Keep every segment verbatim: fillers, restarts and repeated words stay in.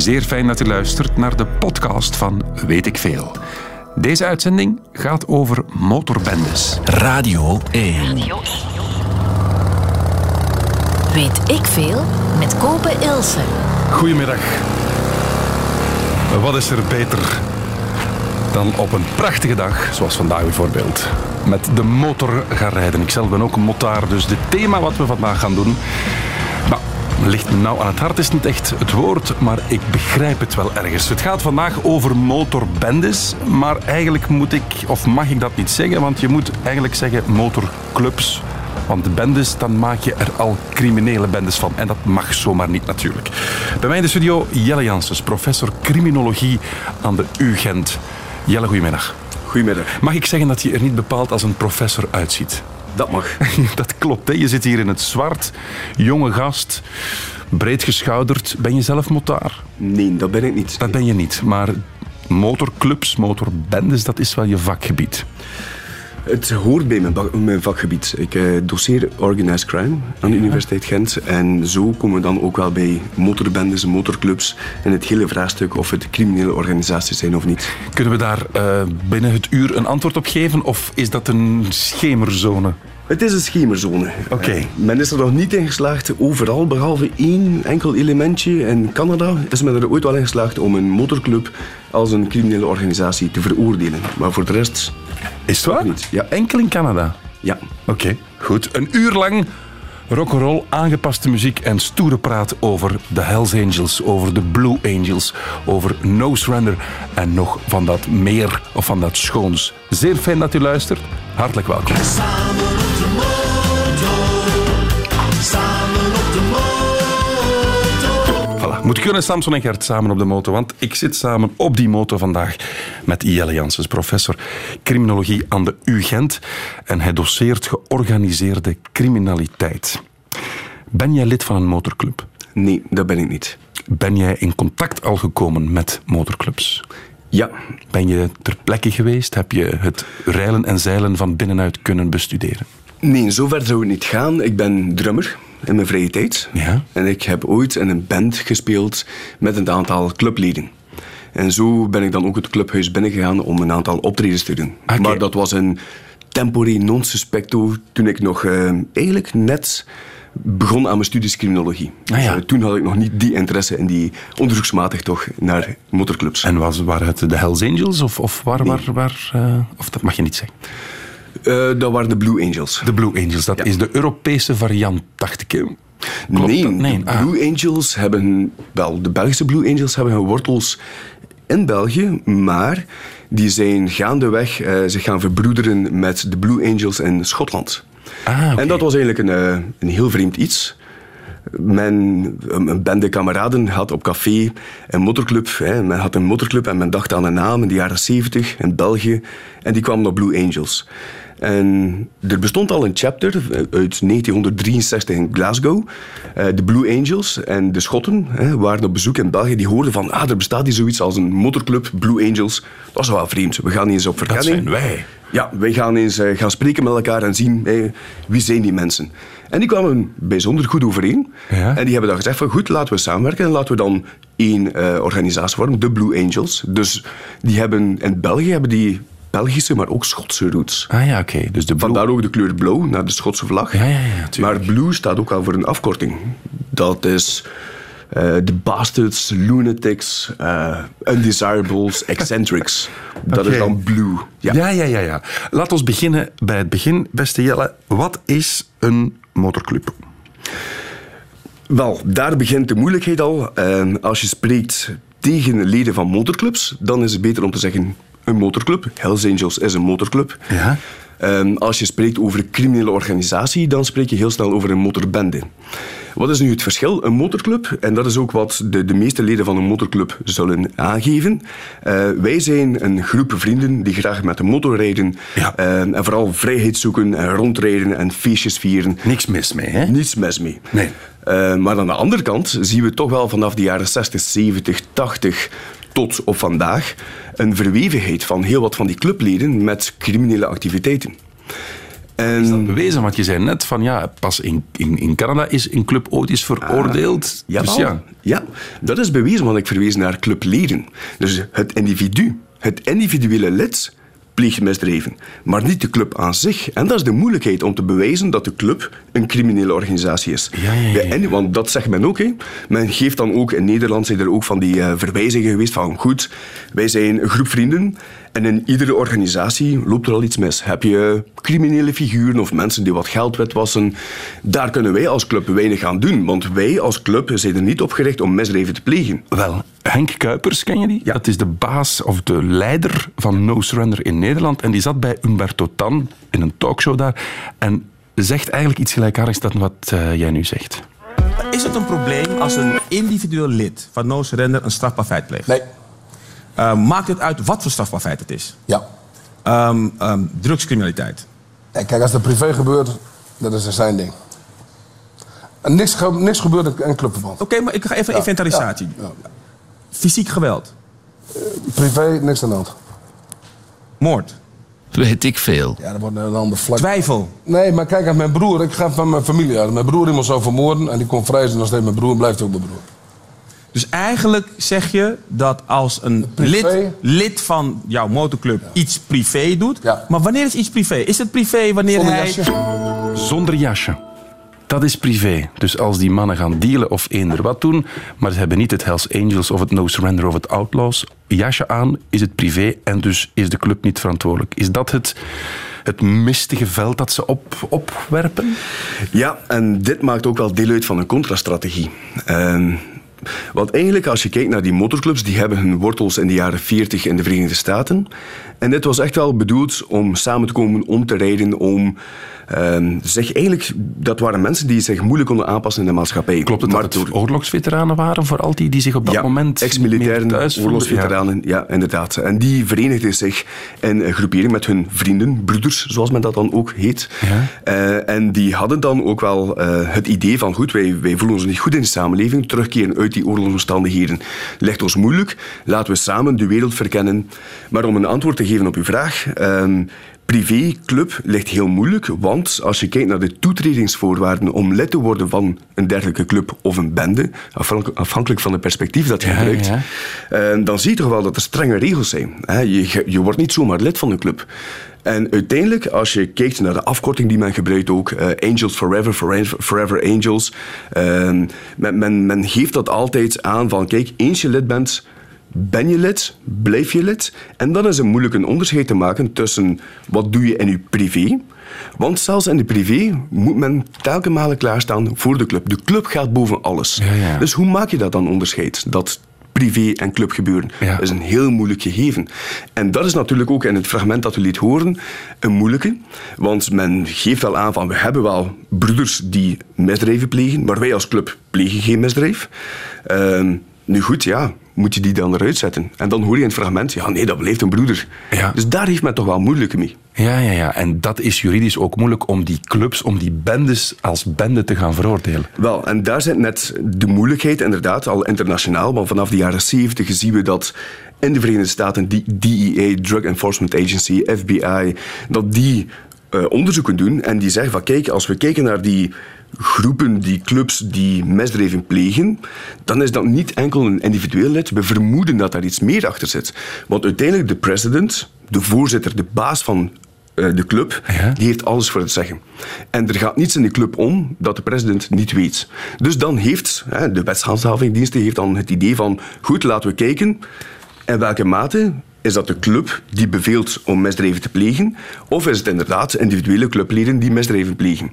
Zeer fijn dat u luistert naar de podcast van Weet ik Veel. Deze uitzending gaat over motorbendes. Radio één. Radio één. Weet ik Veel met Kope Ilse. Goedemiddag. Wat is er beter dan op een prachtige dag, zoals vandaag bijvoorbeeld, met de motor gaan rijden. Ik zelf ben ook een motaar, dus het thema wat we vandaag gaan doen, nou, ligt me nou aan het hart, is niet echt het woord, maar ik begrijp het wel ergens. Het gaat vandaag over motorbendes, maar eigenlijk moet ik, of mag ik dat niet zeggen, want je moet eigenlijk zeggen motorclubs. Want de bendes, dan maak je er al criminele bendes van. En dat mag zomaar niet natuurlijk. Bij mij in de studio Jelle Janssens, professor criminologie aan de U Gent. Jelle, goedemiddag. Goedemiddag. Mag ik zeggen dat je er niet bepaald als een professor uitziet? Dat mag. Dat klopt, hè? Je zit hier in het zwart, jonge gast, breed geschouderd. Ben je zelf motaar? Nee, dat ben ik niet. Dat ben je niet, maar motorclubs, motorbendes, dat is wel je vakgebied. Het hoort bij mijn, bak- mijn vakgebied. Ik eh, doseer Organized Crime aan de Universiteit Gent. En zo komen we dan ook wel bij motorbendes, motorclubs en het hele vraagstuk of het criminele organisaties zijn of niet. Kunnen we daar uh, binnen het uur een antwoord op geven of is dat een schemerzone? Het is een schemerzone. Oké. Uh, men is er nog niet in geslaagd, overal, behalve één enkel elementje. In Canada is men er ooit wel in geslaagd om een motorclub als een criminele organisatie te veroordelen. Maar voor de rest... Is het waar? Niet. Ja. Enkel in Canada? Ja. Oké, okay, goed. Een uur lang rock'n'roll, aangepaste muziek en stoere praat over de Hells Angels, over de Blue Angels, over No Surrender en nog van dat meer of van dat schoons. Zeer fijn dat u luistert. Hartelijk welkom. Samen op de motor, samen op de motor. Voilà. Moet kunnen Samson en Gert samen op de motor, want ik zit samen op die motor vandaag met Jelle Janssens, professor criminologie aan de U Gent. En hij doseert georganiseerde criminaliteit. Ben jij lid van een motorclub? Nee, dat ben ik niet. Ben jij in contact al gekomen met motorclubs? Ja. Ben je ter plekke geweest? Heb je het reilen en zeilen van binnenuit kunnen bestuderen? Nee, zover zou het niet gaan. Ik ben drummer in mijn vrije tijd. Ja. En ik heb ooit in een band gespeeld met een aantal clubleden. En zo ben ik dan ook het clubhuis binnengegaan om een aantal optredens te doen. Okay. Maar dat was een tempore non suspecto toen ik nog uh, eigenlijk net begon aan mijn studies criminologie. Ah, ja. Dus, uh, toen had ik nog niet die interesse in die onderzoeksmatig toch naar motorclubs. En was, waren het de Hells Angels of, of waar... Nee. waar, waar uh, of dat mag je niet zeggen. Uh, dat waren de Blue Angels. De Blue Angels, dat Ja. is de Europese variant, dacht ik. Klopt nee, dat? Nee, de ah. Blue Angels hebben... Wel, de Belgische Blue Angels hebben hun wortels in België, maar die zijn gaandeweg uh, zich gaan verbroederen met de Blue Angels in Schotland. Ah, okay. En dat was eigenlijk een, uh, een heel vreemd iets. Men, een bende kameraden had op café een motorclub. Hè. Men had een motorclub en men dacht aan een naam in de jaren zeventig in België. En die kwam op Blue Angels. En er bestond al een chapter uit negentienhonderddrieënzestig in Glasgow. Uh, de Blue Angels en de Schotten hè, waren op bezoek in België. Die hoorden van, ah, er bestaat hier zoiets als een motorclub, Blue Angels. Dat is wel vreemd. We gaan eens op verkenning. Dat zijn wij. Ja, wij gaan eens uh, gaan spreken met elkaar en zien hey, wie zijn die mensen. En die kwamen bijzonder goed overeen. Ja. En die hebben dan gezegd van goed, laten we samenwerken en laten we dan één uh, organisatie vormen, de Blue Angels. Dus die hebben in België hebben die Belgische, maar ook Schotse roots. Ah ja, oké. Okay. Dus de blue... Vandaar ook de kleur blauw naar de Schotse vlag. Ja, ja, ja, maar blue staat ook al voor een afkorting. Dat is de uh, bastards, lunatics, uh, undesirables, eccentrics. Dat okay. is dan blue. Ja. ja, ja, ja, ja. Laat ons beginnen bij het begin, beste Jelle. Wat is een motorclub? Wel, daar begint de moeilijkheid al. Uh, als je spreekt tegen leden van motorclubs, dan is het beter om te zeggen een motorclub. Hells Angels is een motorclub. Ja. Um, als je spreekt over een criminele organisatie, dan spreek je heel snel over een motorbende. Wat is nu het verschil? Een motorclub, en dat is ook wat de, de meeste leden van een motorclub zullen aangeven. Uh, wij zijn een groep vrienden die graag met de motor rijden. Ja. Uh, en vooral vrijheid zoeken en rondrijden en feestjes vieren. Niks mis mee, hè? Niets mis mee. Nee. Uh, maar aan de andere kant zien we toch wel vanaf de jaren zestig, zeventig, tachtig tot op vandaag een verwevenheid van heel wat van die clubleden met criminele activiteiten. En Is dat bewezen? Want je zei net van ja, pas in, in, in Canada is een club ooit eens veroordeeld. Ja, dus ja. ja, dat is bewezen, want ik verwees naar clubleden. Dus het individu, het individuele lid pleegt misdrijven, maar niet de club aan zich. En dat is de moeilijkheid om te bewijzen dat de club een criminele organisatie is. Ja, ja, ja, ja. En, want dat zegt men ook. Hè. Men geeft dan ook, in Nederland zijn er ook van die uh, verwijzingen geweest van goed, wij zijn een groep vrienden en in iedere organisatie loopt er al iets mis. Heb je criminele figuren of mensen die wat geld witwassen, daar kunnen wij als club weinig aan doen, want wij als club zijn er niet op gericht om misdrijven te plegen. Wel, Henk Kuipers, ken je die? Ja. Dat is de baas of de leider van No Surrender in Nederland. En die zat bij Umberto Tan in een talkshow daar. En zegt eigenlijk iets gelijkaardigs dan wat uh, jij nu zegt. Is het een probleem als een individueel lid van No Surrender een strafbaar feit pleegt? Nee. Uh, maakt het uit wat voor strafbaar feit het is? Ja. Um, um, drugscriminaliteit. Nee, kijk, als het privé gebeurt, dat is zijn ding. En niks, ge- niks gebeurt in clubverband. Oké, okay, maar ik ga even Ja, inventarisatie. ja, ja. Fysiek geweld. Privé, niks aan de hand. Moord. Weet ik veel. Ja, dat wordt een ander vlak. Twijfel. Nee, maar kijk, aan mijn broer, ik ga van mijn familie uit. Mijn broer iemand zou vermoorden en die komt vrij zijn nog steeds mijn broer en blijft ook mijn broer. Dus eigenlijk zeg je dat als een Privé. lid, lid van jouw motorclub ja. iets privé doet. Ja. Maar wanneer is iets privé? Is het privé wanneer Zonder hij... jasje. Zonder jasje. Dat is privé. Dus als die mannen gaan dealen of eender wat doen, maar ze hebben niet het Hells Angels of het No Surrender of het Outlaws jasje aan, is het privé en dus is de club niet verantwoordelijk. Is dat het, het mistige veld dat ze op, opwerpen? Ja, en dit maakt ook wel deel uit van een contrastrategie. Uh, want eigenlijk, als je kijkt naar die motorclubs, die hebben hun wortels in de jaren veertig in de Verenigde Staten. En dit was echt wel bedoeld om samen te komen, om te rijden, om... Uh, zich eigenlijk, dat waren mensen die zich moeilijk konden aanpassen in de maatschappij. Klopt het maar dat het door... oorlogsveteranen waren, vooral die, die zich op dat ja, moment ex-militairen, thuis voelden? oorlogsveteranen, ja. ja, inderdaad. En die verenigden zich in een groepering met hun vrienden, broeders, zoals men dat dan ook heet. Ja. Uh, en die hadden dan ook wel uh, het idee van, goed, wij, wij voelen ons niet goed in de samenleving, terugkeren uit die oorlogsomstandigheden ligt ons moeilijk, laten we samen de wereld verkennen. Maar om een antwoord te geven op uw vraag... Uh, privéclub ligt heel moeilijk, want als je kijkt naar de toetredingsvoorwaarden om lid te worden van een dergelijke club of een bende, afhankelijk van het perspectief dat je ja, gebruikt, ja. dan zie je toch wel dat er strenge regels zijn. Je, je wordt niet zomaar lid van een club. En uiteindelijk, als je kijkt naar de afkorting die men gebruikt ook, uh, Angels Forever, Forever, Forever Angels, uh, men, men, men geeft dat altijd aan van, kijk, eens je lid bent, ben je lid, blijf je lid. En dan is het moeilijk een onderscheid te maken tussen wat doe je in je privé. Want zelfs in de privé moet men telkens malen klaarstaan voor de club. De club gaat boven alles. Ja, ja. Dus hoe maak je dat dan onderscheid? Dat privé en club gebeuren. Ja. Dat is een heel moeilijk gegeven. En dat is natuurlijk ook in het fragment dat u liet horen een moeilijke. Want men geeft wel aan van we hebben wel broeders die misdrijven plegen, maar wij als club plegen geen misdrijf. Uh, nu goed, ja, moet je die dan eruit zetten? En dan hoor je in het fragment, ja nee, dat blijft een broeder. Ja. Dus daar heeft men toch wel moeilijk mee. Ja, ja, ja. En dat is juridisch ook moeilijk om die clubs, om die bendes als bende te gaan veroordelen. Wel, en daar zit net de moeilijkheid, inderdaad, al internationaal. Want vanaf de jaren zeventig zien we dat in de Verenigde Staten die D E A, Drug Enforcement Agency, F B I, dat die uh, onderzoeken doen en die zeggen van kijk, als we kijken naar die groepen, die clubs die misdrijven plegen, dan is dat niet enkel een individueel lid. We vermoeden dat daar iets meer achter zit. Want uiteindelijk de president, de voorzitter, de baas van uh, de club, ja. die heeft alles voor het zeggen. En er gaat niets in de club om dat de president niet weet. Dus dan heeft hè, de wetshandhavingsdienst heeft dan het idee van goed, laten we kijken in welke mate is dat de club die beveelt om misdrijven te plegen, of is het inderdaad individuele clubleden die misdrijven plegen.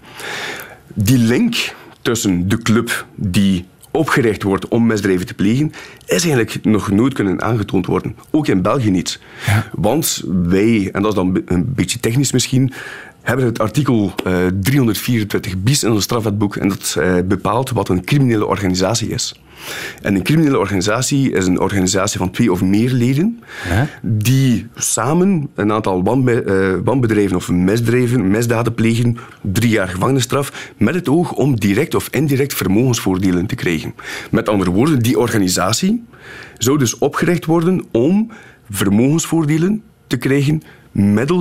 Die link tussen de club die opgericht wordt om misdrijven te plegen, is eigenlijk nog nooit kunnen aangetoond worden. Ook in België niet. Ja. Want wij, en dat is dan een beetje technisch misschien, hebben het artikel uh, driehonderdvierentwintig bis in ons strafwetboek en dat uh, bepaalt wat een criminele organisatie is. En een criminele organisatie is een organisatie van twee of meer leden ja? die samen een aantal wanbe- uh, wanbedrijven of misdrijven, misdaden plegen, drie jaar gevangenisstraf, met het oog om direct of indirect vermogensvoordelen te krijgen. Met andere woorden, die organisatie zou dus opgericht worden om vermogensvoordelen te krijgen middels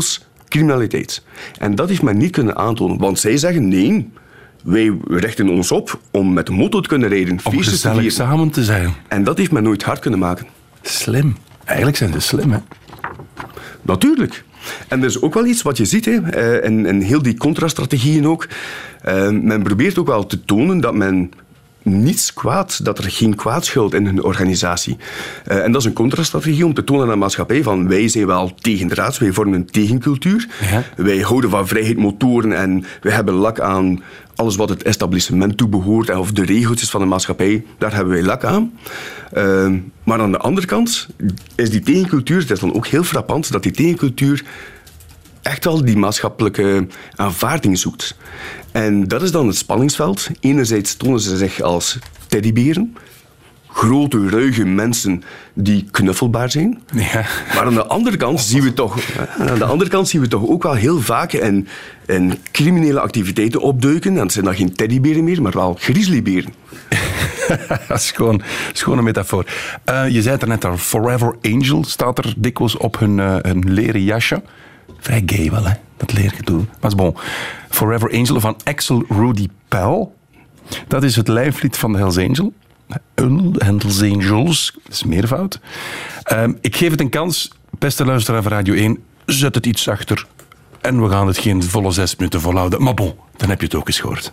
criminaliteit. En dat heeft men niet kunnen aantonen. Want zij zeggen, nee, wij richten ons op om met de motor te kunnen rijden. Om feestjes te gezellig vieren. samen te zijn. En dat heeft men nooit hard kunnen maken. Slim. Eigenlijk zijn ze slim, hè? Natuurlijk. En er is ook wel iets wat je ziet, hè, in, in heel die contrastrategieën ook. Uh, men probeert ook wel te tonen dat men niets kwaad, dat er geen kwaad schuilt in hun organisatie. Uh, en dat is een contrastrategie om te tonen aan de maatschappij van wij zijn wel tegendraads, wij vormen een tegencultuur. Ja. Wij houden van vrijheid motoren en wij hebben lak aan alles wat het establishment toebehoort of de regeltjes van de maatschappij, daar hebben wij lak aan. Uh, maar aan de andere kant is die tegencultuur, dat is dan ook heel frappant, dat die tegencultuur echt wel die maatschappelijke aanvaarding zoekt. En dat is dan het spanningsveld. Enerzijds tonen ze zich als teddyberen. Grote, ruige mensen die knuffelbaar zijn. Ja. Maar aan de andere kant zien we toch, aan de andere kant zien we toch ook wel heel vaak in, in criminele activiteiten opduiken. En het zijn dan geen teddyberen meer, maar wel grizzlyberen. Dat is gewoon, dat is gewoon een metafoor. Uh, je zei het er net al, Forever Angel staat er dikwijls op hun, uh, hun leren jasje. Vrij gay wel, hè, dat leergedoe. Maar is bon. Forever Angel van Axel Rudy Pell. Dat is het lijflied van de Hells Angel. Hells Angels, dat is meervoud. Um, ik geef het een kans. Beste luisteraar van Radio één, zet het iets zachter. En we gaan het geen volle zes minuten volhouden. Maar bon, dan heb je het ook eens gehoord.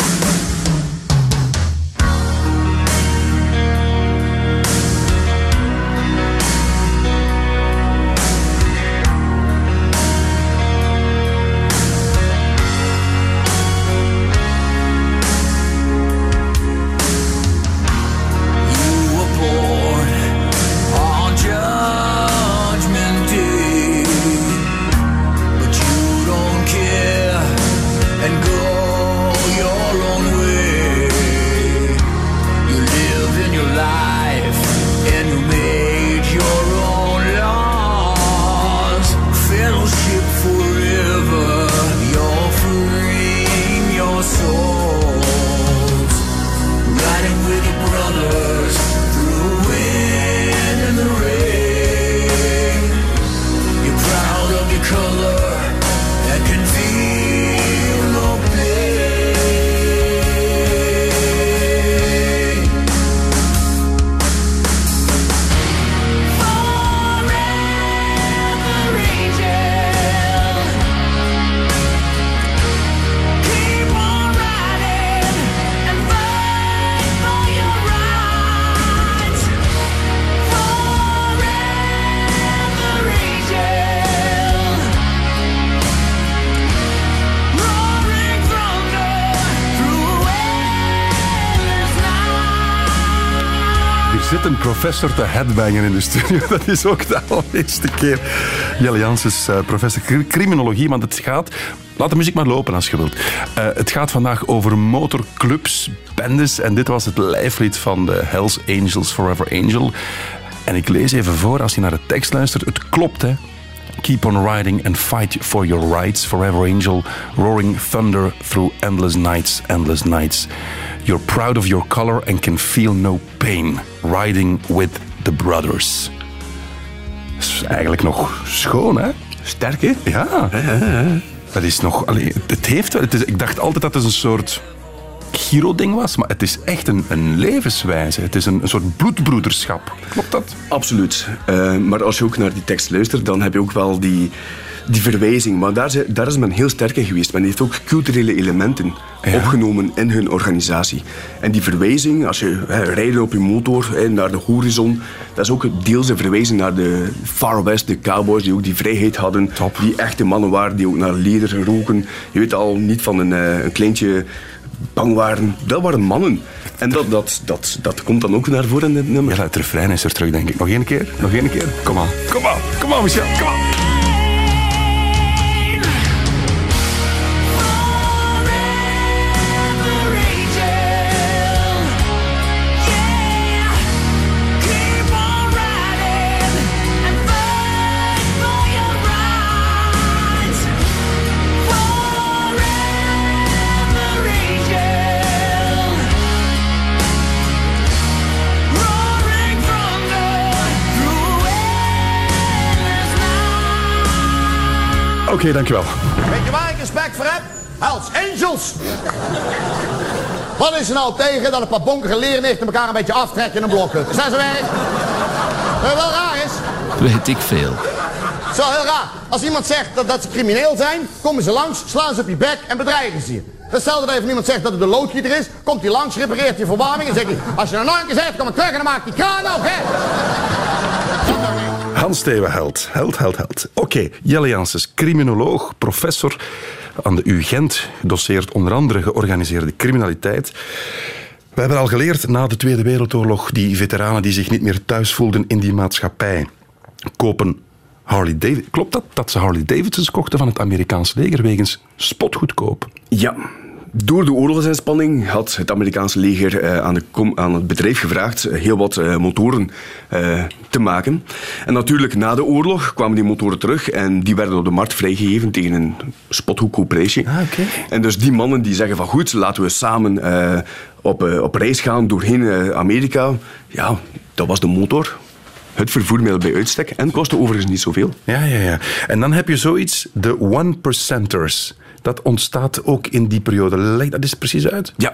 zit een professor te headbangen in de studio. Dat is ook de allereerste keer. Jelle Jans is uh, professor criminologie, want het gaat... Laat de muziek maar lopen als je wilt. Uh, het gaat vandaag over motorclubs, bendes. En dit was het lijflied van de Hells Angels, Forever Angel. En ik lees even voor, als je naar de tekst luistert. Het klopt, hè. Keep on riding and fight for your rights, Forever Angel. Roaring thunder through endless nights, endless nights. You're proud of your color and can feel no pain. Riding with the brothers. Dat is eigenlijk nog schoon, hè? Sterk, hè? Ja. Dat is nog... Allee, het heeft wel... Het is, ik dacht altijd dat het een soort Giro-ding was, maar het is echt een, een levenswijze. Het is een, een soort bloedbroederschap. Klopt dat? Absoluut. Uh, maar als je ook naar die tekst luistert, dan heb je ook wel die, die verwijzing. Maar daar, daar is men heel sterk in geweest. Men heeft ook culturele elementen ja. opgenomen in hun organisatie. En die verwijzing, als je hè, rijdt op je motor hè, naar de horizon, dat is ook deels een verwijzing naar de Far West, de cowboys die ook die vrijheid hadden. Top. Die echte mannen waren, die ook naar leder roken. Je weet al, niet van een, een kleintje bang waren. Dat waren mannen. En dat, dat, dat, dat komt dan ook naar voren in dit nummer. Ja, het refrein is er terug, denk ik. Nog één keer? Nog één keer? Kom aan. Kom aan. Kom aan, Michel. Kom aan. Oké, okay, dankjewel. Weet je waar ik respect voor heb? Hells Angels. Wat is er nou tegen dat een paar bonkige leernichten elkaar een beetje aftrekken in een blokhut? Is dat zo werk? Wat wel raar is? Weet ik veel. Zo, heel raar. Als iemand zegt dat, dat ze crimineel zijn, komen ze langs, slaan ze op je bek en bedreigen ze je. Hetzelfde dat even iemand zegt dat het een loodgieter is, komt hij langs, repareert je verwarming en zegt hij, als je nou nog een keer zegt, kom ik terug en dan maakt die kraan op, hè? Hans Steeuwen, held. Held, held, held. Oké, okay. Jelle Janssens, criminoloog, professor aan de U Gent, doseert onder andere georganiseerde criminaliteit. We hebben al geleerd na de Tweede Wereldoorlog, die veteranen die zich niet meer thuis voelden in die maatschappij, kopen Harley Davidson. Klopt dat, dat ze Harley Davidsons kochten van het Amerikaanse leger wegens spotgoedkoop? Ja. Door de oorlogsinspanning had het Amerikaanse leger uh, aan, de com- aan het bedrijf gevraagd uh, heel wat uh, motoren uh, te maken. En natuurlijk, na de oorlog kwamen die motoren terug en die werden op de markt vrijgegeven tegen een spotgoedkoop prijsje. Ah, okay. En dus die mannen die zeggen van goed, laten we samen uh, op, uh, op reis gaan doorheen uh, Amerika. Ja, dat was de motor. Het vervoermiddel bij uitstek en kostte overigens niet zoveel. Ja, ja, ja. En dan heb je zoiets, de one-percenters. Dat ontstaat ook in die periode. Leg dat eens precies uit. Ja,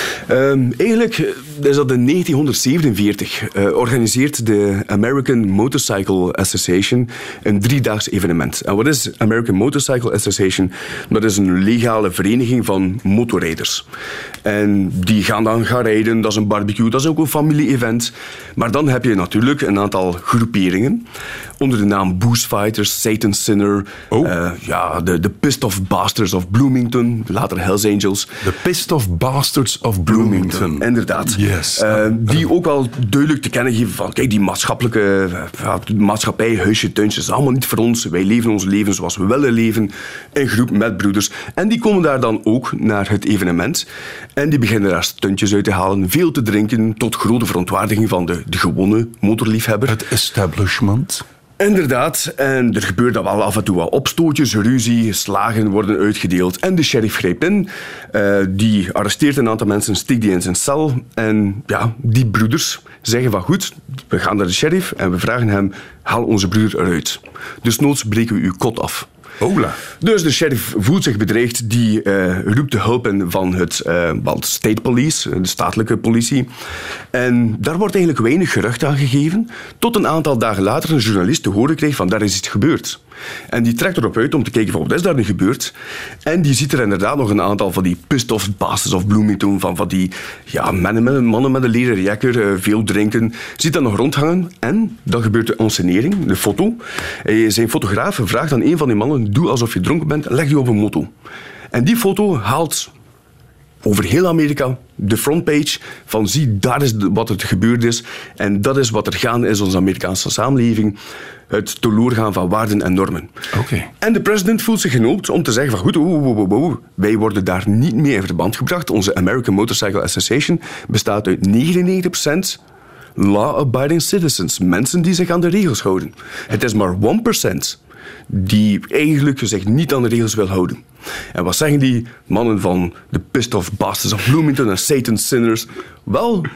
um, eigenlijk is dat in negentienhonderdzevenenveertig. Uh, organiseert de American Motorcycle Association een driedaags evenement. En wat is American Motorcycle Association? Dat is een legale vereniging van motorrijders. En die gaan dan gaan rijden, dat is een barbecue, dat is ook een familie-event. Maar dan heb je natuurlijk een aantal groeperingen onder de naam Booze Fighters, Satan's Sinner, oh. uh, ja, de, de Pissed Off Bastards of Bloomington, later Hells Angels. De Pissed Off Bastards of Bloomington. Bloomington. Inderdaad. Yes. Uh, die ook wel duidelijk te kennen geven van, kijk, die maatschappelijke uh, maatschappij, huisje, tuintje, is allemaal niet voor ons. Wij leven ons leven zoals we willen leven, in groep met broeders. En die komen daar dan ook naar het evenement. En die beginnen daar stuntjes uit te halen, veel te drinken, tot grote verontwaardiging van de, de gewone motorliefhebber. Het establishment. Inderdaad, en er gebeurt dan wel af en toe wat opstootjes, ruzie, slagen worden uitgedeeld. En de sheriff grijpt in, uh, die arresteert een aantal mensen, stikt die in zijn cel. En ja, die broeders zeggen van goed, we gaan naar de sheriff en we vragen hem, haal onze broeder eruit. Dus noods breken we uw kot af. Ola. Dus de sheriff voelt zich bedreigd, die uh, roept de hulp in van het uh, state police, de statelijke politie. En daar wordt eigenlijk weinig gerucht aan gegeven, tot een aantal dagen later een journalist te horen kreeg van daar is iets gebeurd. En die trekt erop uit om te kijken van wat is daar nu gebeurd. En die ziet er inderdaad nog een aantal van die pissed off bastards of Bloomington, van, van die ja, mannen, met, mannen met een leren jakker, uh, veel drinken, ziet dat nog rondhangen. En dan gebeurt de onscenering, de foto. En zijn fotograaf vraagt aan een van die mannen, doe alsof je dronken bent, leg die op een moto. En die foto haalt over heel Amerika de frontpage van zie, daar is wat er gebeurd is. En dat is wat er gaande is in onze Amerikaanse samenleving. Het teloorgaan van waarden en normen. Okay. En de president voelt zich genoopt om te zeggen van goed, oh, oh, oh, oh, wij worden daar niet mee in verband gebracht. Onze American Motorcycle Association bestaat uit negenennegentig procent law-abiding citizens. Mensen die zich aan de regels houden. Het is maar één procent die eigenlijk zich niet aan de regels wil houden. En wat zeggen die mannen van de Pissed Off Bastards of Bloomington en Satan's Sinners? Wel,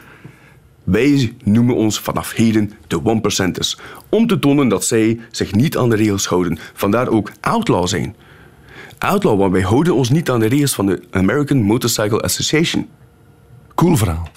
wij noemen ons vanaf heden de one percenters. Om te tonen dat zij zich niet aan de regels houden. Vandaar ook outlaw zijn. Outlaw, want wij houden ons niet aan de regels van de American Motorcycle Association. Cool verhaal.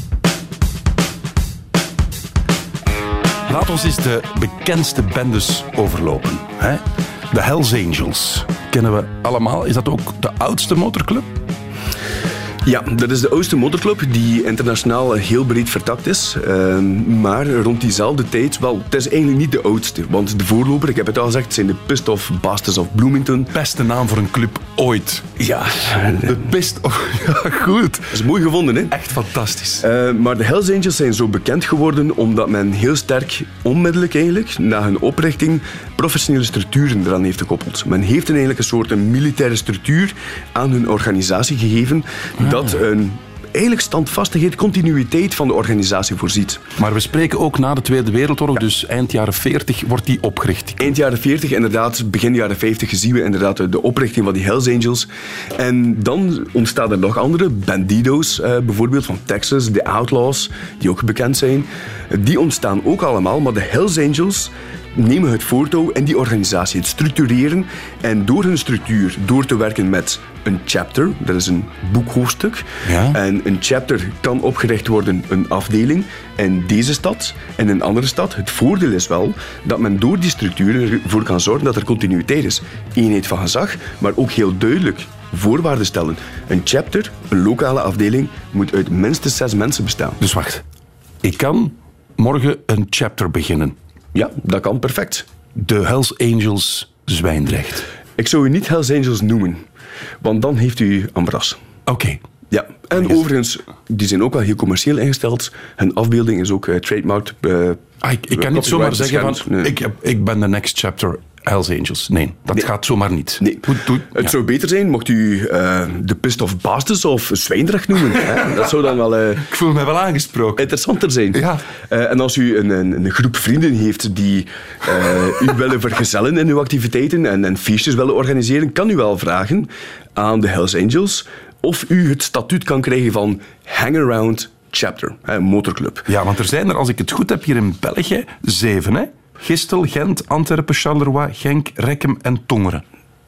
Laat ons eens de bekendste bendes overlopen. Hè? De Hells Angels kennen we allemaal. Is dat ook de oudste motorclub? Ja, dat is de oudste motorclub die internationaal heel breed vertakt is. Uh, maar rond diezelfde tijd, wel, het is eigenlijk niet de oudste. Want de voorloper, ik heb het al gezegd, zijn de Pissed Off Bastards of Bloomington. Beste naam voor een club ooit. Ja. De Pissed Off, ja goed. Dat is mooi gevonden, hè? Echt fantastisch. Uh, maar de Hells Angels zijn zo bekend geworden omdat men heel sterk, onmiddellijk eigenlijk, na hun oprichting, professionele structuren eraan heeft gekoppeld. Men heeft een eigenlijk een soort een militaire structuur aan hun organisatie gegeven, ja, dat een eigenlijk standvastigheid, continuïteit van de organisatie voorziet. Maar we spreken ook na de Tweede Wereldoorlog, ja. Dus eind jaren veertig wordt die opgericht. Eind jaren veertig, inderdaad. Begin jaren vijftig zien we inderdaad de oprichting van die Hells Angels. En dan ontstaan er nog andere, Bandidos uh, bijvoorbeeld van Texas, de Outlaws, die ook bekend zijn. Die ontstaan ook allemaal, maar de Hells Angels nemen het voortouw in die organisatie, het structureren en door hun structuur door te werken met een chapter, dat is een boekhoofdstuk. Ja. En een chapter kan opgericht worden, een afdeling, in deze stad en in een andere stad. Het voordeel is wel dat men door die structuren ervoor kan zorgen dat er continuïteit is. Eenheid van gezag, maar ook heel duidelijk voorwaarden stellen. Een chapter, een lokale afdeling, moet uit minstens zes mensen bestaan. Dus wacht. Ik kan morgen een chapter beginnen. Ja, dat kan perfect. De Hells Angels Zwijndrecht. Ik zou u niet Hells Angels noemen, want dan heeft u ambras. Oké. Okay. Ja, en Yes. overigens, die zijn ook wel heel commercieel ingesteld. Hun afbeelding is ook uh, trademarked. Uh, Ah, ik, ik kan niet zomaar zeggen van, nee. ik, heb, ik ben de next chapter Hells Angels. Nee, dat Nee. gaat zomaar niet. Nee, Doe- doe- het ja. zou beter zijn mocht u uh, de Pist of Bastards of Zwijndrecht noemen. Hè? Dat zou dan wel uh, Ik voel me wel aangesproken. interessanter zijn. Ja. Uh, en als u een, een, een groep vrienden heeft die uh, u willen vergezellen in uw activiteiten en, en feestjes willen organiseren, kan u wel vragen aan de Hells Angels of u het statuut kan krijgen van Hangaround Chapter, een motorclub. Ja, want er zijn er, als ik het goed heb, hier in België zeven. Hè? Gistel, Gent, Antwerpen, Charleroi, Genk, Rekkem en Tongeren.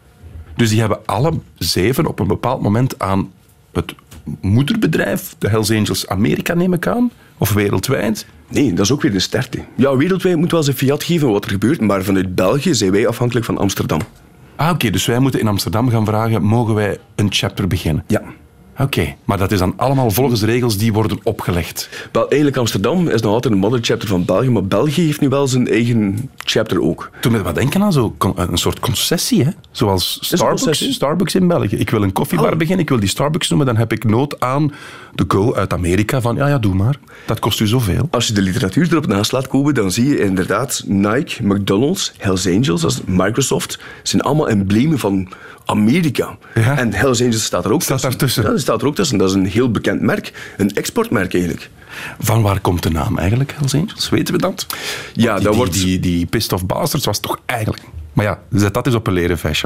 Dus die hebben alle zeven op een bepaald moment aan het moederbedrijf, de Hells Angels Amerika neem ik aan, of wereldwijd. Nee, dat is ook weer de sterkte. Ja, wereldwijd moet wel eens een fiat geven wat er gebeurt, maar vanuit België zijn wij afhankelijk van Amsterdam. Ah, oké, dus wij moeten in Amsterdam gaan vragen, mogen wij een chapter beginnen? Ja. Oké, maar dat is dan allemaal volgens regels die worden opgelegd. Wel, eigenlijk Amsterdam is nog altijd een mother chapter van België, maar België heeft nu wel zijn eigen chapter ook. Toen met wat denken aan zo con- een soort concessie, hè? Zoals een Starbucks, concessie. Starbucks in België. Ik wil een koffiebar Oh. beginnen, ik wil die Starbucks noemen, dan heb ik nood aan de go uit Amerika van, ja, ja, doe maar. Dat kost u zoveel. Als je de literatuur erop naast laat komen, dan zie je inderdaad Nike, McDonald's, Hells Angels, dat is Microsoft, zijn allemaal emblemen van Amerika. Ja. En Hells Angels staat er ook Staat tussen. daartussen. Ja, dat staat er ook tussen. Dat is een heel bekend merk. Een exportmerk eigenlijk. Van waar komt de naam eigenlijk, Hells Angels? Weten we dat? Ja, Want die, dat die, wordt... die, die Pist of Bastards was toch eigenlijk... Maar ja, zet dat eens op een leren vestje.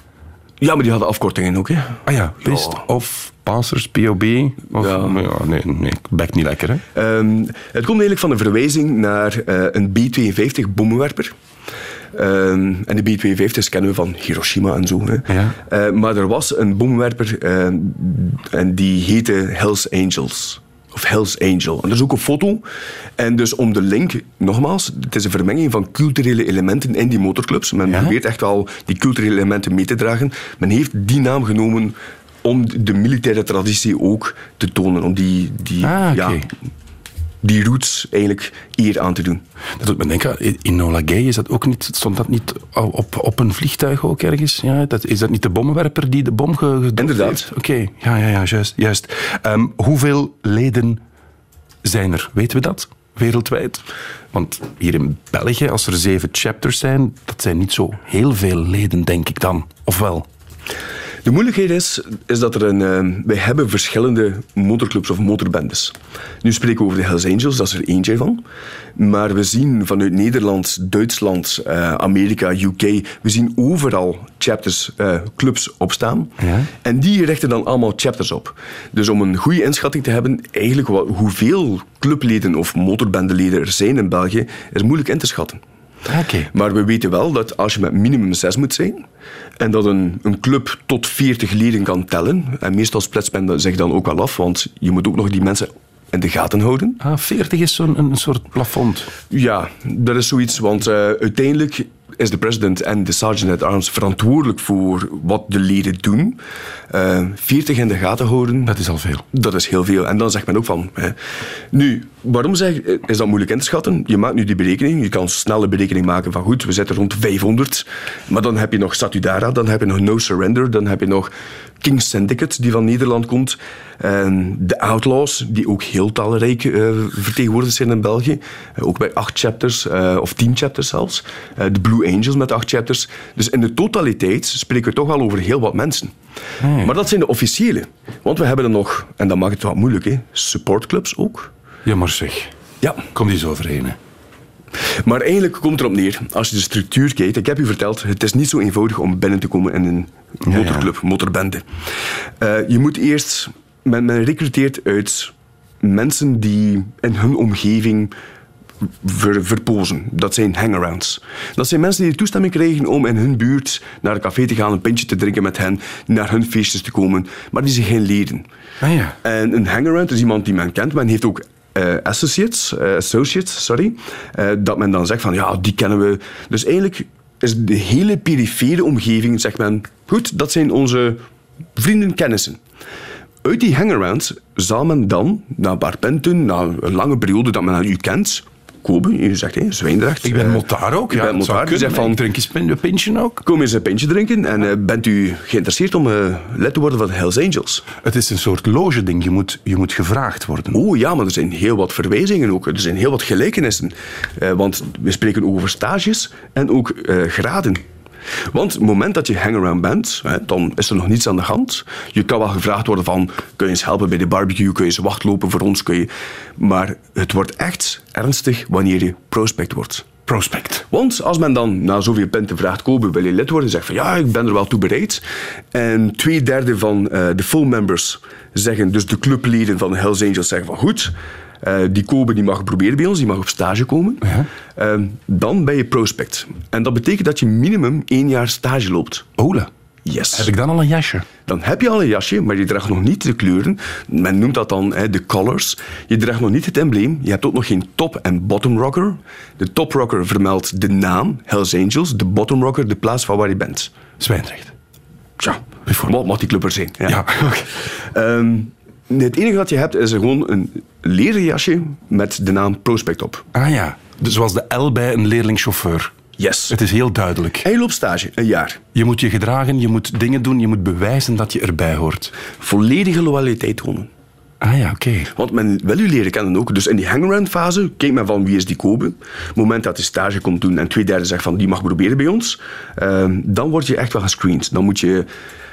Ja, maar die hadden afkortingen ook, hè. Ah ja, Pist of Bastards, P O B. Of, Ja. Maar ja, nee, nee, bekt niet lekker, hè? Um, het komt eigenlijk van een verwijzing naar uh, een B tweeënvijftig bommenwerper. Um, en de B tweeënvijftig kennen we van Hiroshima en zo. Hè. Ja. Uh, maar er was een bommenwerper uh, en die heette Hells Angels. Of Hells Angel. En er is ook een foto. En dus om de link, nogmaals, het is een vermenging van culturele elementen in die motorclubs. Men Ja? probeert echt wel die culturele elementen mee te dragen. Men heeft die naam genomen om de militaire traditie ook te tonen. Om die, die, Ah, oké. ja, die roots eigenlijk eer aan te doen. Dat doet me denken, in Enola Gay is dat ook niet, stond dat niet op, op een vliegtuig ook ergens? Ja, dat, is dat niet de bommenwerper die de bom ge- gedopt Inderdaad. heeft? Oké, ja, ja, ja, juist. juist. Um, hoeveel leden zijn er? Weten we dat? Wereldwijd? Want hier in België, als er zeven chapters zijn, dat zijn niet zo heel veel leden, denk ik dan. Of wel? De moeilijkheid is, is dat er een... Uh, wij hebben verschillende motorclubs of motorbendes. Nu spreken we over de Hells Angels, dat is er eentje van. Maar we zien vanuit Nederland, Duitsland, uh, Amerika, U K... We zien overal chapters, uh, clubs opstaan. Ja. En die richten dan allemaal chapters op. Dus om een goede inschatting te hebben, eigenlijk wat, hoeveel clubleden of motorbendeleden er zijn in België, is moeilijk in te schatten. Oké. Maar we weten wel dat als je met minimum zes moet zijn en dat een, een club tot veertig leden kan tellen, en meestal splitst men dat zich dan ook wel af, want je moet ook nog die mensen in de gaten houden. Ah, veertig is zo'n een soort plafond. Ja, dat is zoiets, want uh, uiteindelijk is de president en de sergeant at arms verantwoordelijk voor wat de leden doen. Uh, veertig in de gaten houden, Dat is al veel. dat is heel veel. En dan zegt men ook van... Hè. Nu, waarom zeg, is dat moeilijk in te schatten? Je maakt nu die berekening. Je kan snel een berekening maken van goed, we zitten rond vijfhonderd. Maar dan heb je nog Satudara, dan heb je nog No Surrender, dan heb je nog King's Syndicate, die van Nederland komt. En de Outlaws, die ook heel talrijk uh, vertegenwoordigd zijn in België. Uh, ook bij acht chapters, uh, of tien chapters zelfs. Uh, de Blue Angels met acht chapters. Dus in de totaliteit spreken we toch wel over heel wat mensen. Hmm. Maar dat zijn de officiële. Want we hebben er nog, en dat maakt het wat moeilijk, hè, supportclubs ook. Ja, maar zeg. Ja, Kom die zo overheen, hè. maar eigenlijk komt het erop neer, als je de structuur kijkt, ik heb u verteld, het is niet zo eenvoudig om binnen te komen in een motorclub, motorbende. Uh, je moet eerst, men, men recruteert uit mensen die in hun omgeving ver, verpozen. Dat zijn hangarounds. Dat zijn mensen die de toestemming krijgen om in hun buurt naar een café te gaan, een pintje te drinken met hen, naar hun feestjes te komen, maar die zijn geen leden. Ah, ja. En een hangaround is iemand die men kent. Men heeft ook uh, associates, uh, associates sorry, uh, dat men dan zegt van ja, die kennen we. Dus eigenlijk is de hele perifere omgeving, zegt men, goed, dat zijn onze vrienden, kennissen. Uit die hangarounds zal men dan, na een paar punten, na een lange periode dat men aan u kent, Kobe, je zegt, hey, Zwijndrecht. Ik ben motaar ook. Je Ja, bent dat zou motaar. Je kunnen, zegt van, ik drink eens een pintje ook. kom eens een pintje drinken en uh, bent u geïnteresseerd om uh, lid te worden van de Hells Angels? Het is een soort loge-ding. Je moet, je moet gevraagd worden. Oh ja, maar er zijn heel wat verwijzingen ook. Er zijn heel wat gelijkenissen. Uh, want we spreken ook over stages en ook uh, graden. Want op het moment dat je hangaround bent, hè, dan is er nog niets aan de hand. Je kan wel gevraagd worden van, kun je eens helpen bij de barbecue, kun je eens wachtlopen voor ons, kun je... Maar het wordt echt ernstig wanneer je prospect wordt. Prospect. Want als men dan na zoveel punten vraagt, Kobe, wil je lid worden? Zegt van, ja, ik ben er wel toe bereid. En twee derde van uh, de full members zeggen, dus de clubleden van de Hells Angels zeggen van, goed... Uh, die Kobe die mag proberen bij ons, die mag op stage komen. Ja. Uh, dan ben je prospect. En dat betekent dat je minimum één jaar stage loopt. Ola. Yes. Heb ik dan al een jasje? Dan heb je al een jasje, maar je draagt nog niet de kleuren. Men noemt dat dan hè, de colors. Je draagt nog niet het embleem. Je hebt ook nog geen top- en bottom rocker. De top rocker vermeldt de naam, Hells Angels. De bottom rocker, de plaats van waar je bent. Zwijndrecht. Tja, wat mag die club er zijn? Ja. Ja, oké. Um, het enige wat je hebt is gewoon een leren jasje met de naam Prospect op. Ah ja, dus zoals de L bij een leerlingchauffeur. Yes. Het is heel duidelijk. En je loopt stage, een jaar. Je moet je gedragen, je moet dingen doen, je moet bewijzen dat je erbij hoort. Volledige loyaliteit tonen. Ah ja, oké. Okay. Want men wil u leren kennen ook. Dus in die hangaround fase kijkt men van wie is die Kobe. Op het moment dat je stage komt doen en twee derde zegt van die mag proberen bij ons, uh, dan word je echt wel gescreend. Dan moet je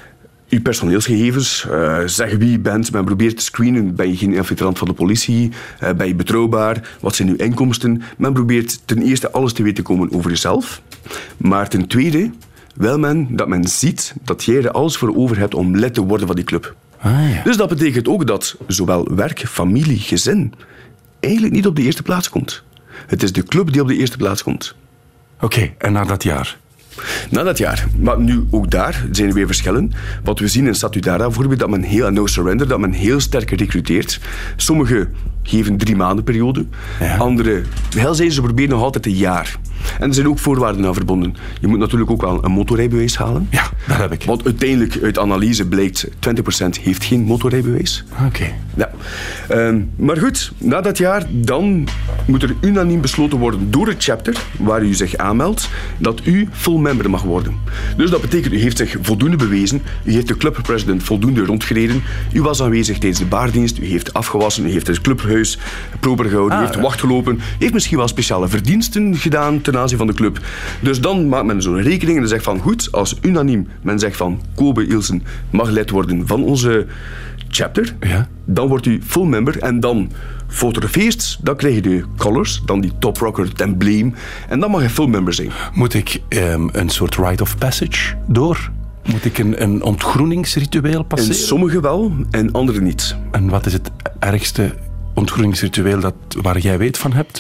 je personeelsgegevens, uh, zeggen wie je bent. Men probeert te screenen. Ben je geen infiltrant van de politie? Uh, ben je betrouwbaar? Wat zijn uw inkomsten? Men probeert ten eerste alles te weten komen over jezelf. Maar ten tweede wil men dat men ziet dat jij er alles voor over hebt om lid te worden van die club. Ah, ja. Dus dat betekent ook dat zowel werk, familie, gezin eigenlijk niet op de eerste plaats komt. Het is de club die op de eerste plaats komt. Oké, okay, en na dat jaar? Na dat jaar. Maar nu, ook daar zijn er weer verschillen. Wat we zien in Statudara bijvoorbeeld, dat men heel, no surrender, dat men heel sterk recruteert. Sommigen geven drie maanden periode. Ja. Andere, heel zijn ze proberen nog altijd een jaar. En er zijn ook voorwaarden aan verbonden. Je moet natuurlijk ook wel een motorrijbewijs halen. Ja, dat heb ik. Want uiteindelijk, uit analyse blijkt, twintig procent heeft geen motorrijbewijs. Oké. Okay. Ja. Um, maar goed, na dat jaar, dan moet er unaniem besloten worden door het chapter, waar u zich aanmeldt, dat u full member mag worden. Dus dat betekent, u heeft zich voldoende bewezen, u heeft de clubpresident voldoende rondgereden, u was aanwezig tijdens de baardienst, u heeft afgewassen, u heeft het clubhuis proper gehouden, ah, u heeft wacht gelopen, u heeft misschien wel speciale verdiensten gedaan ten aanzien van de club. Dus dan maakt men zo'n rekening en zegt van, goed, als unaniem men zegt van, Kobe Ilsen mag lid worden van onze chapter, ja. Dan wordt u full member en dan voor de feest, dan krijg je de colors, dan die top rocker, het embleem en dan mag je full member zijn. Moet ik um, een soort rite of passage door? Moet ik een, een ontgroeningsritueel passeren? In sommige wel, en andere niet. En wat is het ergste ontgroeningsritueel dat, waar jij weet van hebt?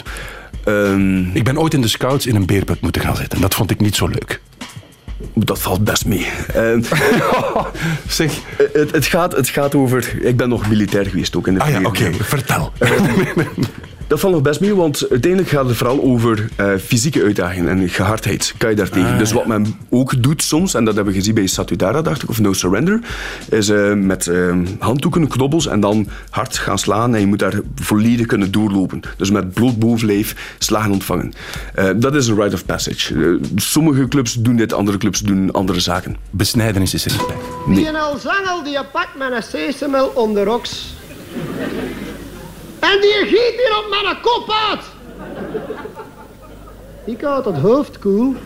Um, ik ben ooit in de scouts in een beerput moeten gaan zitten. Dat vond ik niet zo leuk. Dat valt best mee. Uh, zeg. Het, het, gaat, het gaat over... Ik ben nog militair geweest ook in de Ah ja, oké. Okay. Vertel. Uh, dat valt nog best mee, want uiteindelijk gaat het vooral over uh, fysieke uitdagingen en gehardheid. Kan je daartegen. Ah, dus wat men ook doet soms, en dat hebben we gezien bij Statudara, dacht ik, of No Surrender, is uh, met uh, handdoeken, knobbels en dan hard gaan slaan en je moet daar volledig kunnen doorlopen. Dus met bloot bovenlijf slagen ontvangen. Uh, dat is een rite of passage. Uh, sommige clubs doen dit, andere clubs doen andere zaken. Besnijdenis is er niet bij. Nee. Die een zangel die pakt met een sesamel om de roks. En die giet hier op mijn kop uit. Ik had het hoofd koel.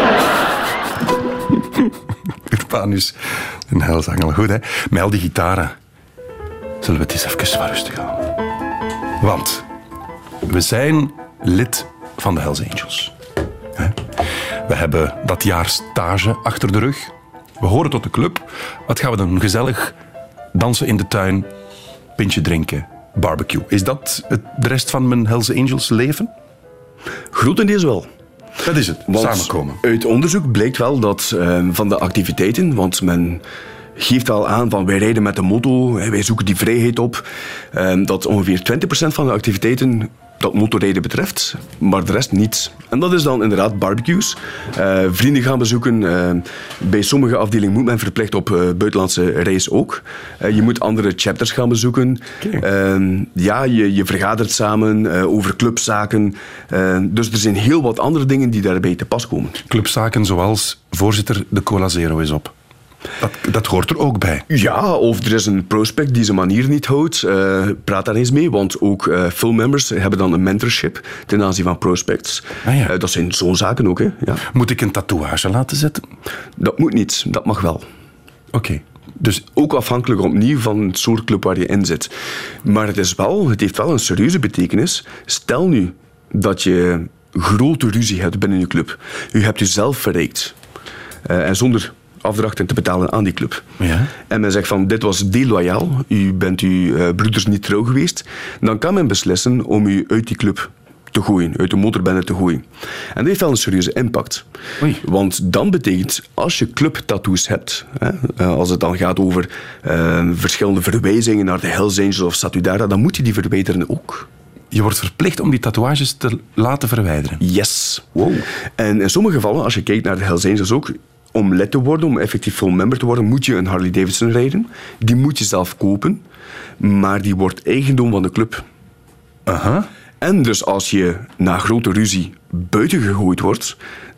Urbanus, een heilzangel. Goed, hè? Met al die gitaren zullen we het eens even wat rustig houden. Want we zijn lid van de Hells Angels. We hebben dat jaar stage achter de rug. We horen tot de club. Wat gaan we doen? Gezellig dansen in de tuin, pintje drinken, barbecue. Is dat het, de rest van mijn Hells Angels leven? Grotendeels wel. Dat is het, Want samenkomen. Uit onderzoek blijkt wel dat uh, van de activiteiten, want men geeft al aan van wij rijden met de motto, wij zoeken die vrijheid op, uh, dat ongeveer twintig procent van de activiteiten dat motorrijden betreft, maar de rest niet. En dat is dan inderdaad barbecues, uh, vrienden gaan bezoeken. Uh, bij sommige afdelingen moet men verplicht op uh, buitenlandse reis ook. Uh, je moet andere chapters gaan bezoeken. Okay. Uh, ja, je, je vergadert samen uh, over clubzaken. Uh, dus er zijn heel wat andere dingen die daarbij te pas komen. Clubzaken zoals, voorzitter, de Cola Zero is op. Dat, dat hoort er ook bij. Ja, of er is een prospect die zijn manier niet houdt. Uh, praat daar eens mee, want ook uh, veel members hebben dan een mentorship ten aanzien van prospects. Ah, ja. uh, dat zijn zo'n zaken ook. Hè. Ja. Moet ik een tatoeage laten zetten? Dat moet niet, dat mag wel. Oké. Okay. Dus ook afhankelijk opnieuw van het soort club waar je in zit. Maar het, is wel, het heeft wel een serieuze betekenis. Stel nu dat je grote ruzie hebt binnen je club. U hebt jezelf verrijkt. Uh, en zonder afdrachten te betalen aan die club. Ja. En men zegt van, dit was deloyaal, u bent uw uh, broeders niet trouw geweest, dan kan men beslissen om u uit die club te gooien, uit de motorbende te gooien. En dat heeft wel een serieuze impact. Oei. Want dan betekent, als je clubtattoos hebt, hè, als het dan gaat over uh, verschillende verwijzingen naar de Hells Angels of Satudara, dan moet je die verwijderen ook. Je wordt verplicht om die tatoeages te laten verwijderen? Yes. Wow. En in sommige gevallen, als je kijkt naar de Hells Angels ook, om lid te worden, om effectief full member te worden, moet je een Harley Davidson rijden. Die moet je zelf kopen, maar die wordt eigendom van de club. Aha. En dus als je na grote ruzie buiten gegooid wordt,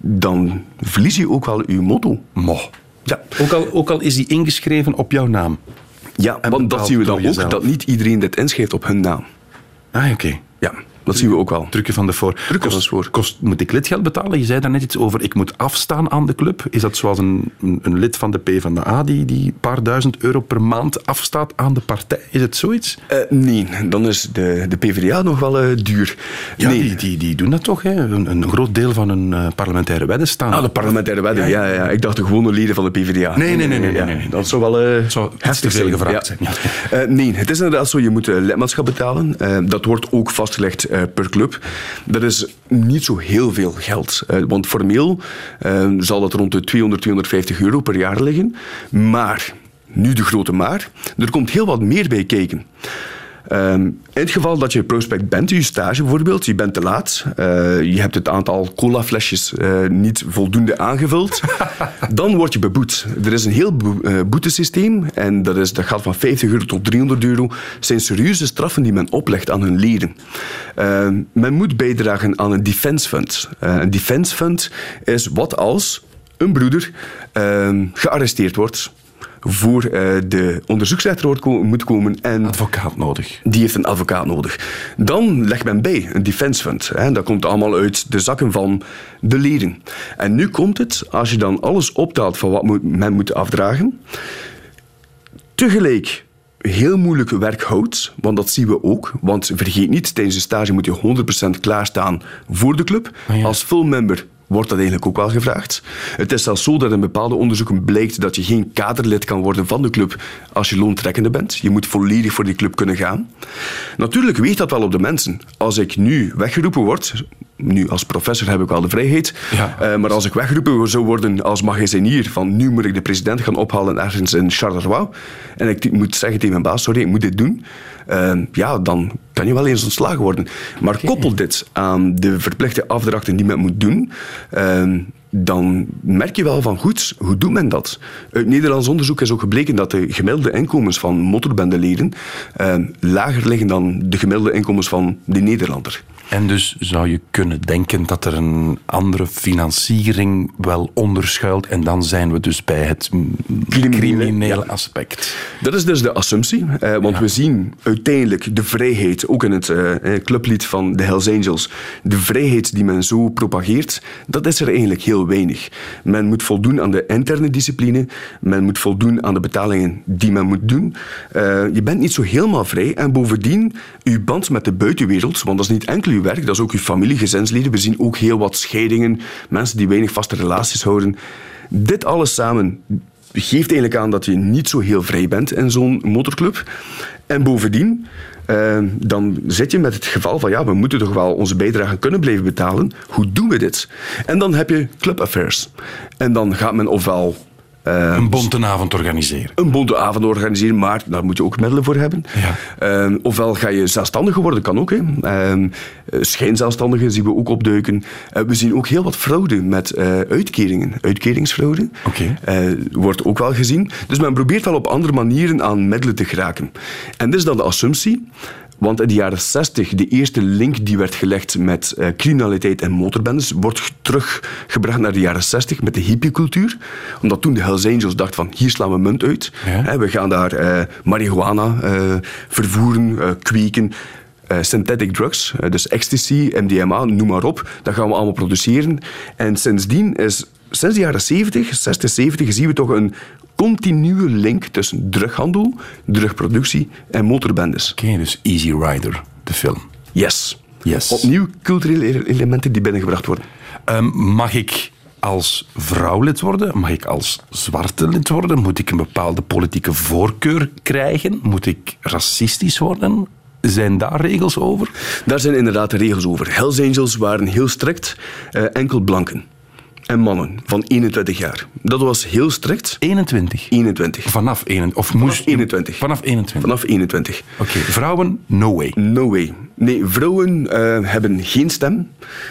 dan verlies je ook wel je motto. Mo. Ja. Ook al, ook al is die ingeschreven op jouw naam. Ja, en want dat zien we dan ook, jezelf. dat niet iedereen dit inschrijft op hun naam. Ah, oké. Okay. Ja, dat zien we ook wel. Drukken van de voor. Drukken van de voor. Kost, moet ik lidgeld betalen? Je zei daar net iets over, ik moet afstaan aan de club. Is dat zoals een, een, een lid van de PvdA die, die een paar duizend euro per maand afstaat aan de partij? Is het zoiets? Uh, nee, dan is de, de PvdA nog wel uh, duur. Ja, nee. die, die, die doen dat toch. Hè? Een, een groot deel van hun uh, parlementaire wedden staan. Ah, de parlementaire wedden, ja, ja, ja. Ik dacht de gewone leden van de PvdA. Nee, nee, nee. nee, nee, nee, nee. Dat zou wel uh, zou heftig veel gevraagd ja. zijn. Ja. Uh, nee, het is inderdaad zo, je moet uh, lidmaatschap betalen. Uh, dat wordt ook vastgelegd uh, per club. Dat is niet zo heel veel geld. Uh, want formeel uh, zal dat rond de tweehonderd, tweehonderdvijftig euro per jaar liggen. Maar, nu de grote maar, er komt heel wat meer bij kijken. Um, in het geval dat je prospect bent, je stage bijvoorbeeld, je bent te laat, uh, je hebt het aantal colaflesjes uh, niet voldoende aangevuld, dan word je beboet. Er is een heel bo- uh, boetesysteem en dat, is, dat gaat van vijftig euro tot driehonderd euro. Dat zijn serieuze straffen die men oplegt aan hun leden. Uh, men moet bijdragen aan een defense fund. Uh, een defense fund is wat als een broeder uh, gearresteerd wordt, voor uh, de onderzoeksrechter moet komen. En advocaat nodig. Die heeft een advocaat nodig. Dan legt men bij een defense fund. Hè. Dat komt allemaal uit de zakken van de leden. En nu komt het, als je dan alles optelt van wat moet, men moet afdragen, tegelijk heel moeilijk werk houdt, want dat zien we ook. Want vergeet niet, tijdens de stage moet je honderd procent klaarstaan voor de club. Oh ja. Als full member wordt dat eigenlijk ook wel gevraagd. Het is zelfs zo dat in bepaalde onderzoeken blijkt dat je geen kaderlid kan worden van de club als je loontrekkende bent. Je moet volledig voor die club kunnen gaan. Natuurlijk weegt dat wel op de mensen. Als ik nu weggeroepen word, nu als professor heb ik wel de vrijheid, ja. uh, maar als ik weggeroepen zou worden als magazinier van nu moet ik de president gaan ophalen ergens in Charleroi en ik moet zeggen tegen mijn baas, sorry, ik moet dit doen, uh, ja, dan kan je wel eens ontslagen worden. Maar okay. Koppel dit aan de verplichte afdrachten die men moet doen, uh, dan merk je wel van goed, hoe doet men dat? Uit Nederlands onderzoek is ook gebleken dat de gemiddelde inkomens van motorbendeleden uh, lager liggen dan de gemiddelde inkomens van de Nederlander. En dus zou je kunnen denken dat er een andere financiering wel onderschuilt en dan zijn we dus bij het criminele ja. aspect. Dat is dus de assumptie, eh, want ja. we zien uiteindelijk de vrijheid, ook in het eh, clublied van de Hells Angels, de vrijheid die men zo propageert, dat is er eigenlijk heel weinig. Men moet voldoen aan de interne discipline, men moet voldoen aan de betalingen die men moet doen. Uh, je bent niet zo helemaal vrij en bovendien, uw band met de buitenwereld, want dat is niet enkel uw werk, dat is ook uw familie, gezinsleden. We zien ook heel wat scheidingen, mensen die weinig vaste relaties houden. Dit alles samen geeft eigenlijk aan dat je niet zo heel vrij bent in zo'n motorclub. En bovendien, uh, dan zit je met het geval van ja, we moeten toch wel onze bijdrage kunnen blijven betalen. Hoe doen we dit? En dan heb je clubaffairs. En dan gaat men ofwel... Uh, een bonte avond organiseren. Een bonte avond organiseren, maar daar moet je ook middelen voor hebben. Ja. Uh, ofwel ga je zelfstandige worden, kan ook. Hè. Uh, schijnzelfstandigen zien we ook opduiken. Uh, we zien ook heel wat fraude met uh, uitkeringen. Uitkeringsfraude okay. uh, wordt ook wel gezien. Dus men probeert wel op andere manieren aan middelen te geraken. En dit is dan de assumptie. Want in de jaren zestig, de eerste link die werd gelegd met uh, criminaliteit en motorbendes, wordt teruggebracht naar de jaren zestig met de hippiecultuur. Omdat toen de Hells Angels dachten van, hier slaan we munt uit. Ja. He, we gaan daar uh, marihuana uh, vervoeren, uh, kweken. Uh, synthetic drugs, uh, dus ecstasy, M D M A, noem maar op. Dat gaan we allemaal produceren. En sindsdien is, sinds de jaren zeventig, zestig, zeventig, zien we toch een continue link tussen drughandel, drugproductie en motorbendes. Oké, okay, dus Easy Rider, de film. Yes. yes. Opnieuw culturele elementen die binnengebracht worden. Um, mag ik als vrouw lid worden? Mag ik als zwarte lid worden? Moet ik een bepaalde politieke voorkeur krijgen? Moet ik racistisch worden? Zijn daar regels over? Daar zijn inderdaad regels over. Hells Angels waren heel strikt, uh, enkel blanken. En mannen van eenentwintig jaar. Dat was heel strikt. eenentwintig? eenentwintig. Vanaf eenentwintig? Of Vanaf moest... eenentwintig. Vanaf eenentwintig? Vanaf eenentwintig. Oké, okay. Vrouwen, no way. No way. Nee, vrouwen uh, hebben geen stem.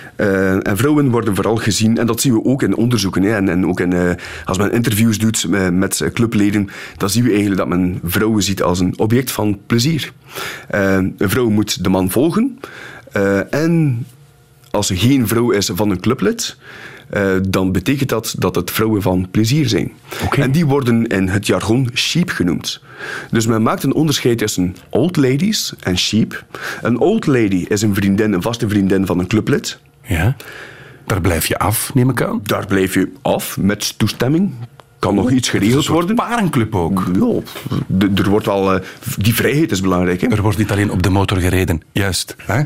Uh, en vrouwen worden vooral gezien, en dat zien we ook in onderzoeken. Hè, en, en ook in, uh, als men interviews doet uh, met clubleden, dan zien we eigenlijk dat men vrouwen ziet als een object van plezier. Uh, een vrouw moet de man volgen. Uh, en als er geen vrouw is van een clublid, Uh, dan betekent dat dat het vrouwen van plezier zijn. Okay. En die worden in het jargon sheep genoemd. Dus men maakt een onderscheid tussen old ladies en sheep. Een old lady is een vriendin, een vaste vriendin van een clublid. Ja, daar blijf je af, neem ik aan. Daar blijf je af, met toestemming. Kan nog iets geregeld worden. Een parenclub ook. Ja, d- er wordt wel... Uh, die vrijheid is belangrijk. Hè? Er wordt niet alleen op de motor gereden. Juist, hè?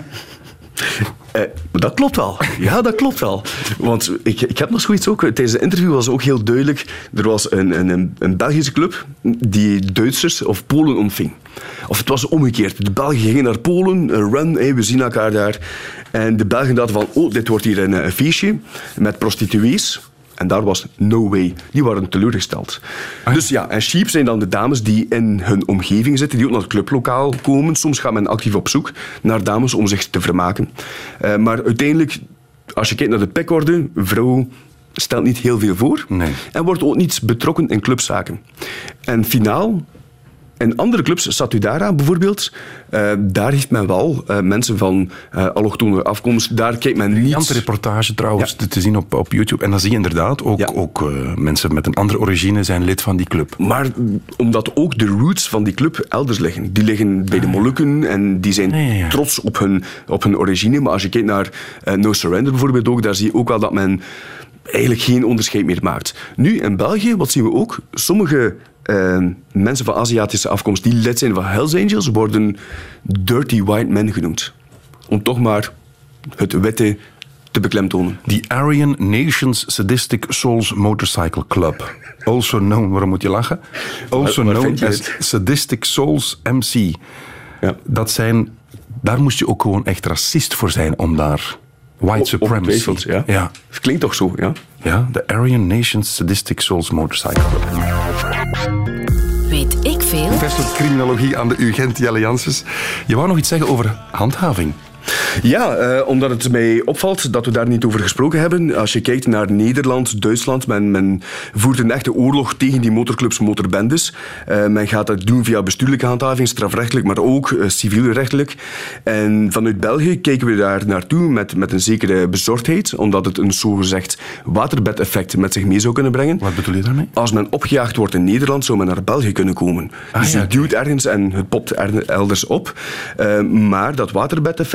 Uh, dat klopt wel. Ja, dat klopt wel. Want ik, ik heb nog zoiets ook... Tijdens het interview was ook heel duidelijk... Er was een, een, een Belgische club die Duitsers of Polen ontving. Of het was omgekeerd. De Belgen gingen naar Polen, een run, hey, we zien elkaar daar. En de Belgen dachten van... Oh, dit wordt hier een, een feestje met prostituees. En daar was no way. Die waren teleurgesteld. Ah. Dus ja, en sheep zijn dan de dames die in hun omgeving zitten, die ook naar het clublokaal komen. Soms gaat men actief op zoek naar dames om zich te vermaken. Uh, maar uiteindelijk, als je kijkt naar de pikorde, vrouw stelt niet heel veel voor. Nee. En wordt ook niet betrokken in clubzaken. En finaal... In andere clubs, Satudara bijvoorbeeld, uh, daar heeft men wel uh, mensen van uh, allochtone afkomst. Daar kijkt men niet... Een reportage trouwens ja. te zien op, op YouTube. En dan zie je inderdaad ook, ja. ook uh, mensen met een andere origine zijn lid van die club. Maar omdat ook de roots van die club elders liggen. Die liggen bij de Molukken en die zijn ja, ja, ja. trots op hun, op hun origine. Maar als je kijkt naar uh, No Surrender bijvoorbeeld ook, daar zie je ook wel dat men eigenlijk geen onderscheid meer maakt. Nu, in België, wat zien we ook? Sommige... Uh, mensen van Aziatische afkomst die lid zijn van Hells Angels worden dirty white men genoemd. Om toch maar het witte te beklemtonen. The Aryan Nations Sadistic Souls Motorcycle Club. Also known, waarom moet je lachen? Also waar, waar known as Sadistic Souls M C. Ja. Dat zijn, daar moest je ook gewoon echt racist voor zijn om daar... White supremacy. Ja. Ja. Het klinkt toch zo, ja? Ja, de Aryan Nations Sadistic Souls Motorcycle Club. Weet ik veel? Professor criminologie aan de U Gent, Jelle Janssens. Je wou nog iets zeggen over handhaving. Ja, uh, omdat het mij opvalt dat we daar niet over gesproken hebben. Als je kijkt naar Nederland, Duitsland, men, men voert een echte oorlog tegen die motorclubs, motorbendes. Uh, men gaat dat doen via bestuurlijke handhaving, strafrechtelijk, maar ook uh, civielrechtelijk. En vanuit België kijken we daar naartoe met, met een zekere bezorgdheid, omdat het een zogezegd waterbedeffect met zich mee zou kunnen brengen. Wat bedoel je daarmee? Als men opgejaagd wordt in Nederland, zou men naar België kunnen komen. Ah, dus ja, je duwt ergens en het popt elders op. Uh, maar dat waterbedeffect, wij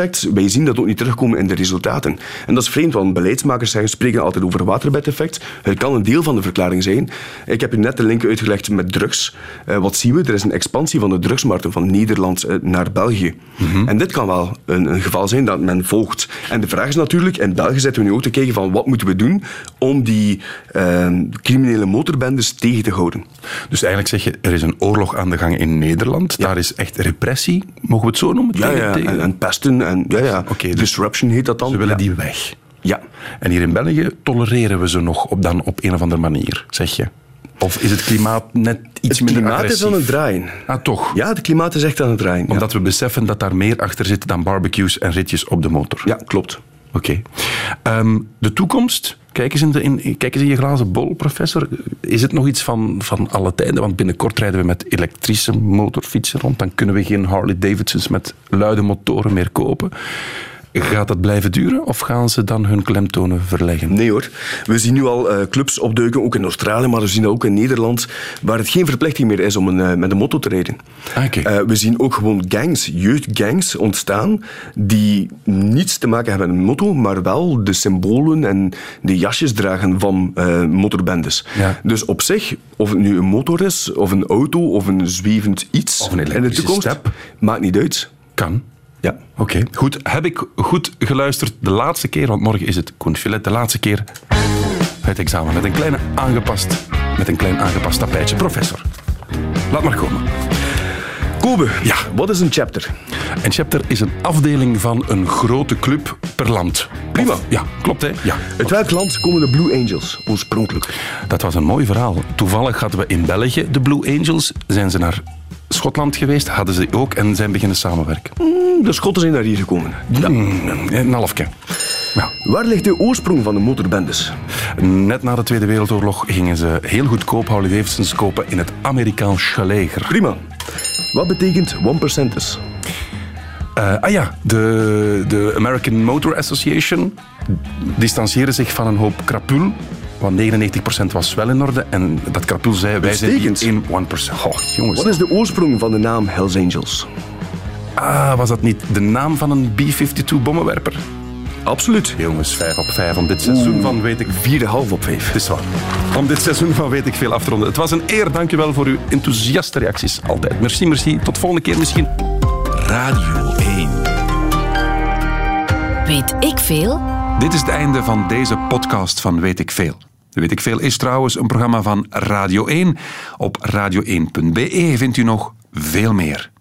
zien dat ook niet terugkomen in de resultaten. En dat is vreemd, want beleidsmakers zeggen, spreken altijd over waterbedeffect. Het kan een deel van de verklaring zijn. Ik heb u net de link uitgelegd met drugs. Uh, wat zien we? Er is een expansie van de drugsmarkten van Nederland uh, naar België. Mm-hmm. En dit kan wel een, een geval zijn dat men volgt. En de vraag is natuurlijk, in België zitten we nu ook te kijken van wat moeten we doen om die uh, criminele motorbendes tegen te houden. Dus eigenlijk zeg je, er is een oorlog aan de gang in Nederland. Ja. Daar is echt repressie, mogen we het zo noemen? Ja, tegen, ja. Tegen... En, en pesten. En, ja, ja. Okay, dus disruption heet dat dan. Ze willen ja. die weg. Ja. En hier in België tolereren we ze nog op, dan op een of andere manier, zeg je? Of is het klimaat net iets het minder agressief? Het klimaat is aan het draaien. Ah, toch? Ja, het klimaat is echt aan het draaien. Omdat ja. we beseffen dat daar meer achter zit dan barbecues en ritjes op de motor. Ja, klopt. Oké. Okay. Um, de toekomst? Kijk eens, in de, in, kijk eens in je glazen bol, professor. Is het nog iets van, van alle tijden? Want binnenkort rijden we met elektrische motorfietsen rond. Dan kunnen we geen Harley-Davidsons met luide motoren meer kopen. Gaat dat blijven duren of gaan ze dan hun klemtonen verleggen? Nee hoor. We zien nu al uh, clubs opduiken, ook in Australië, maar we zien dat ook in Nederland, waar het geen verplichting meer is om een, uh, met een motor te rijden. Ah, okay. uh, we zien ook gewoon gangs, jeugdgangs ontstaan, die niets te maken hebben met een motto, maar wel de symbolen en de jasjes dragen van uh, motorbendes. Ja. Dus op zich, of het nu een motor is, of een auto, of een zwevend iets, of een in de toekomst, step. Maakt niet uit. Kan. Ja. Oké, okay. Goed. Heb ik goed geluisterd de laatste keer, want morgen is het Koen Filet, de laatste keer het examen met een, kleine aangepast, met een klein aangepast tapijtje. Professor, laat maar komen. Kobe, ja. Wat is een chapter? Een chapter is een afdeling van een grote club per land. Prima. Of, ja, klopt hè? Ja. Uit welk land komen de Blue Angels oorspronkelijk? Dat was een mooi verhaal. Toevallig hadden we in België de Blue Angels. Zijn ze naar Schotland geweest, hadden ze ook en zijn beginnen samenwerken. Mm, de Schotten zijn naar hier gekomen. Ja. Mm, een halfje. Ja. Waar ligt de oorsprong van de motorbendes? Net na de Tweede Wereldoorlog gingen ze heel goedkoop Harley-Davidsons kopen in het Amerikaanse leger. Prima. Wat betekent one percenters? Uh, ah ja, de, de American Motor Association distancieerde zich van een hoop krapul. Want negenennegentig procent was wel in orde. En dat krapul zei, wij zijn niet in one percent. Oh, jongens. Wat is de oorsprong van de naam Hells Angels? Ah, was dat niet de naam van een B tweeënvijftig bommenwerper? Absoluut. Jongens, vijf op vijf. Om dit seizoen Oeh, van weet ik... vier komma vijf op vijf. Het is waar. Om dit seizoen van weet ik veel af te ronden. Het was een eer. Dank je wel voor uw enthousiaste reacties. Altijd. Merci, merci. Tot volgende keer misschien. Radio één. Weet ik veel? Dit is het einde van deze podcast van Weet ik veel. Weet ik veel is trouwens een programma van Radio één. Op radio één punt be vindt u nog veel meer.